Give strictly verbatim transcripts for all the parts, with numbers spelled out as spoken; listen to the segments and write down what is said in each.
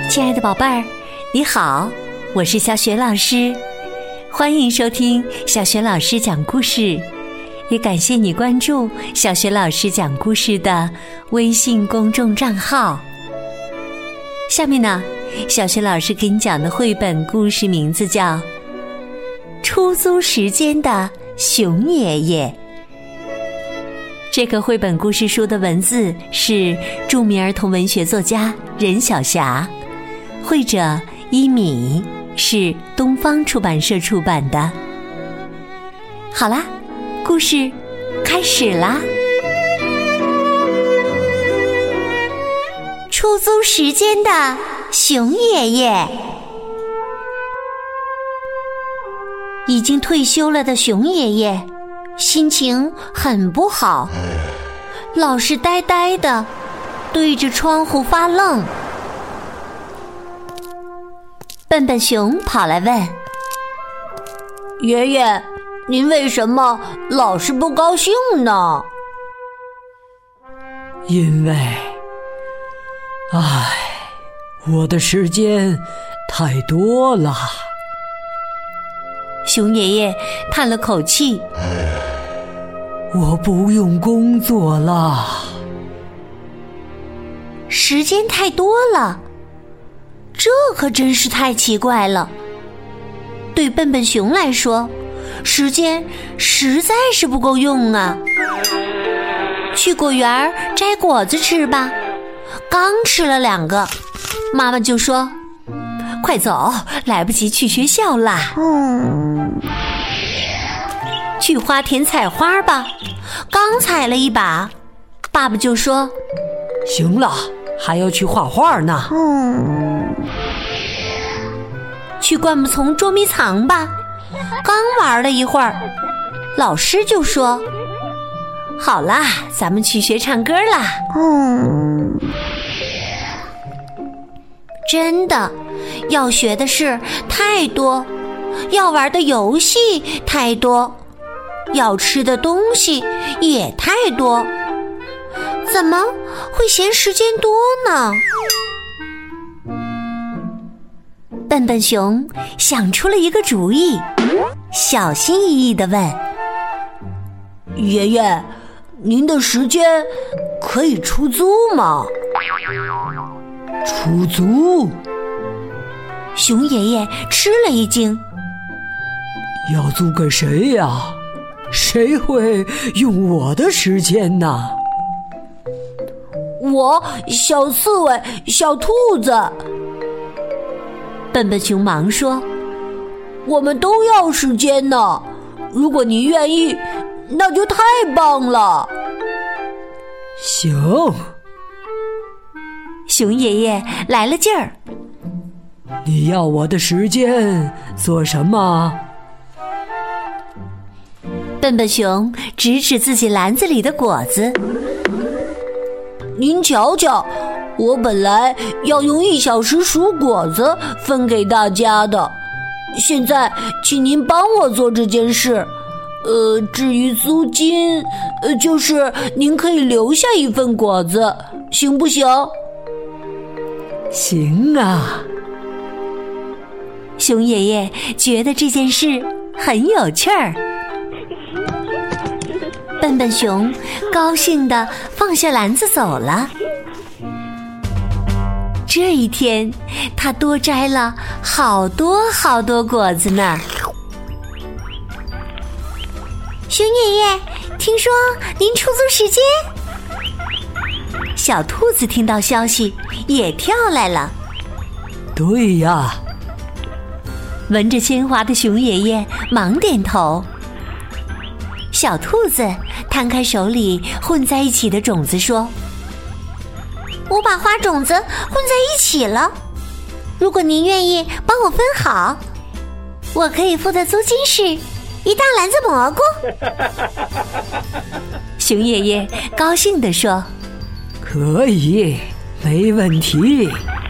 亲爱的宝贝儿，你好，我是小雪老师，欢迎收听小雪老师讲故事，也感谢你关注小雪老师讲故事的微信公众账号。下面呢，小雪老师给你讲的绘本故事名字叫《出租时间的熊爷爷》。这个绘本故事书的文字是著名儿童文学作家任晓霞，绘者一米，是东方出版社出版的。好啦，故事开始啦！出租时间的熊爷爷。已经退休了的熊爷爷心情很不好，老是呆呆的对着窗户发愣。笨笨熊跑来问： 爷爷，您为什么老是不高兴呢？ 因为，唉，我的时间太多了。 熊爷爷叹了口气： 我不用工作了。 时间太多了，这可真是太奇怪了。对笨笨熊来说，时间实在是不够用啊。去果园摘果子吃吧，刚吃了两个，妈妈就说：快走，来不及去学校啦。嗯，去花田采花吧，刚采了一把，爸爸就说： 行了，还要去画画呢。 嗯，去灌木丛捉迷藏吧，刚玩了一会儿，老师就说：好啦，咱们去学唱歌啦。嗯，真的，要学的事太多，要玩的游戏太多，要吃的东西也太多，怎么会嫌时间多呢？笨笨熊想出了一个主意，小心翼翼地问： 爷爷，您的时间可以出租吗？ 出租？ 熊爷爷吃了一惊。 要租给谁呀？谁会用我的时间呢？ 我，小刺猬，小兔子。 笨笨熊忙说： 我们都要时间呢，如果您愿意，那就太棒了。 行。 熊爷爷来了劲儿。 你要我的时间做什么？ 笨笨熊指指自己篮子里的果子。 您瞧瞧，我本来要用一小时数果子分给大家的，现在请您帮我做这件事。呃，至于租金，呃，就是您可以留下一份果子，行不行？ 行啊。 熊爷爷觉得这件事很有趣儿。笨笨熊高兴地放下篮子走了。这一天，他多摘了好多好多果子呢。熊爷爷，听说您出租时间？小兔子听到消息也跳来了。 对呀。 闻着鲜花的熊爷爷忙点头。小兔子摊开手里混在一起的种子说：我把花种子混在一起了，如果您愿意帮我分好，我可以付的租金是一大篮子蘑菇。熊爷爷高兴地说： 可以，没问题。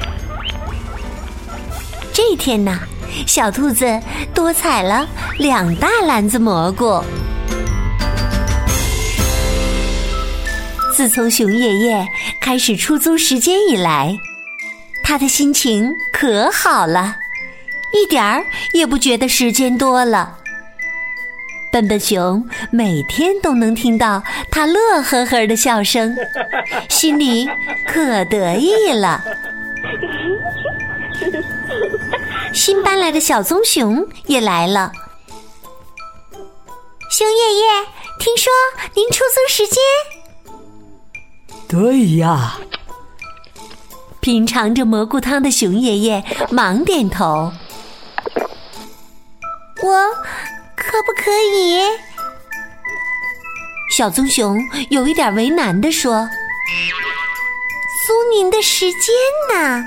这天呢，小兔子多采了两大篮子蘑菇。自从熊爷爷开始出租时间以来， 他的心情可好了，一点儿也不觉得时间多了。笨笨熊每天都能听到他乐呵呵的笑声，心里可得意了。新搬来的小棕熊也来了。熊爷爷，听说您出租时间？ 对呀。 品尝着蘑菇汤的熊爷爷忙点头。我可不可以？小棕熊有一点为难地说。租您的时间呢？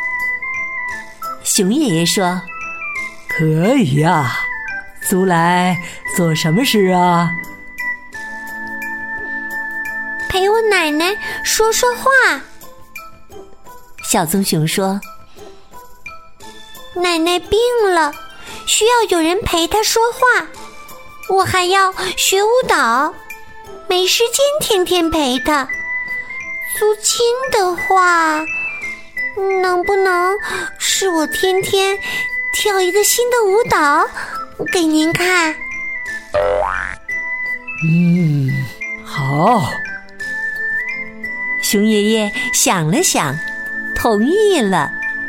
熊爷爷说。 可以呀，租来做什么事啊？ 陪我奶奶说说话。小棕熊说。奶奶病了，需要有人陪她说话，我还要学舞蹈，没时间天天陪她。租金的话，能不能是我天天跳一个新的舞蹈给您看？ 嗯，好。 熊爷爷想了想，同意了。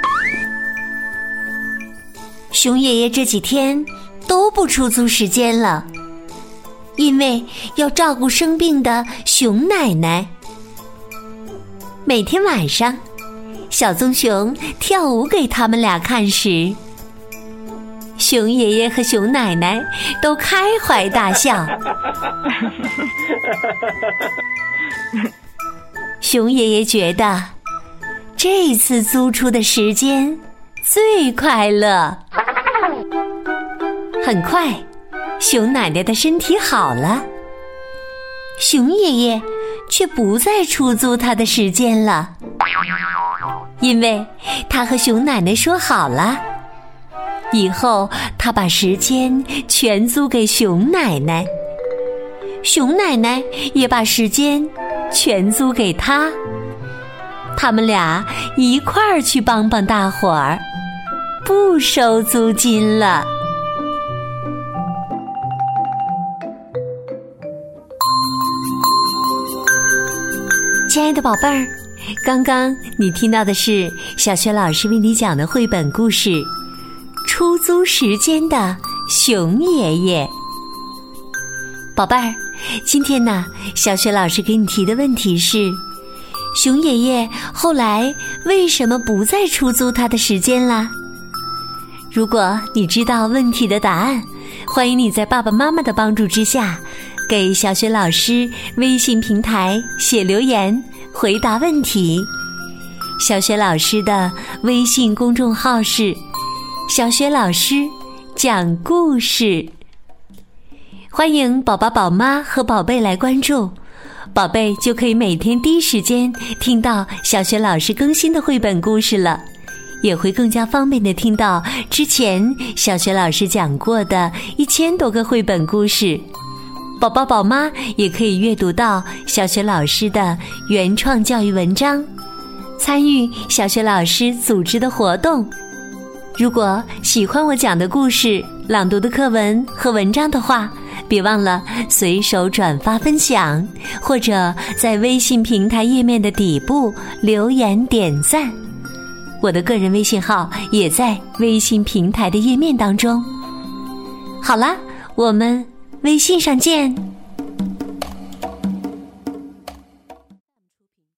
熊爷爷这几天都不出租时间了，因为要照顾生病的熊奶奶。每天晚上，小棕熊跳舞给他们俩看时，熊爷爷和熊奶奶都开怀大笑。熊爷爷觉得这次租出的时间最快乐。很快，熊奶奶的身体好了，熊爷爷却不再出租他的时间了，因为他和熊奶奶说好了，以后他把时间全租给熊奶奶，熊奶奶也把时间全租给他，他们俩一块儿去帮帮大伙儿，不收租金了。亲爱的宝贝儿，刚刚你听到的是小雪老师为你讲的绘本故事《出租时间的熊爷爷》。宝贝儿，今天呢，小雪老师给你提的问题是：熊爷爷后来为什么不再出租他的时间啦？如果你知道问题的答案，欢迎你在爸爸妈妈的帮助之下，给小雪老师微信平台写留言回答问题。小雪老师的微信公众号是小雪老师讲故事，欢迎宝宝宝妈和宝贝来关注，宝贝就可以每天第一时间听到小雪老师更新的绘本故事了，也会更加方便地听到之前小雪老师讲过的一千多个绘本故事。宝宝宝妈也可以阅读到小雪老师的原创教育文章，参与小雪老师组织的活动。如果喜欢我讲的故事、朗读的课文和文章的话，别忘了随手转发分享，或者在微信平台页面的底部留言点赞。我的个人微信号也在微信平台的页面当中。好啦，我们微信上见。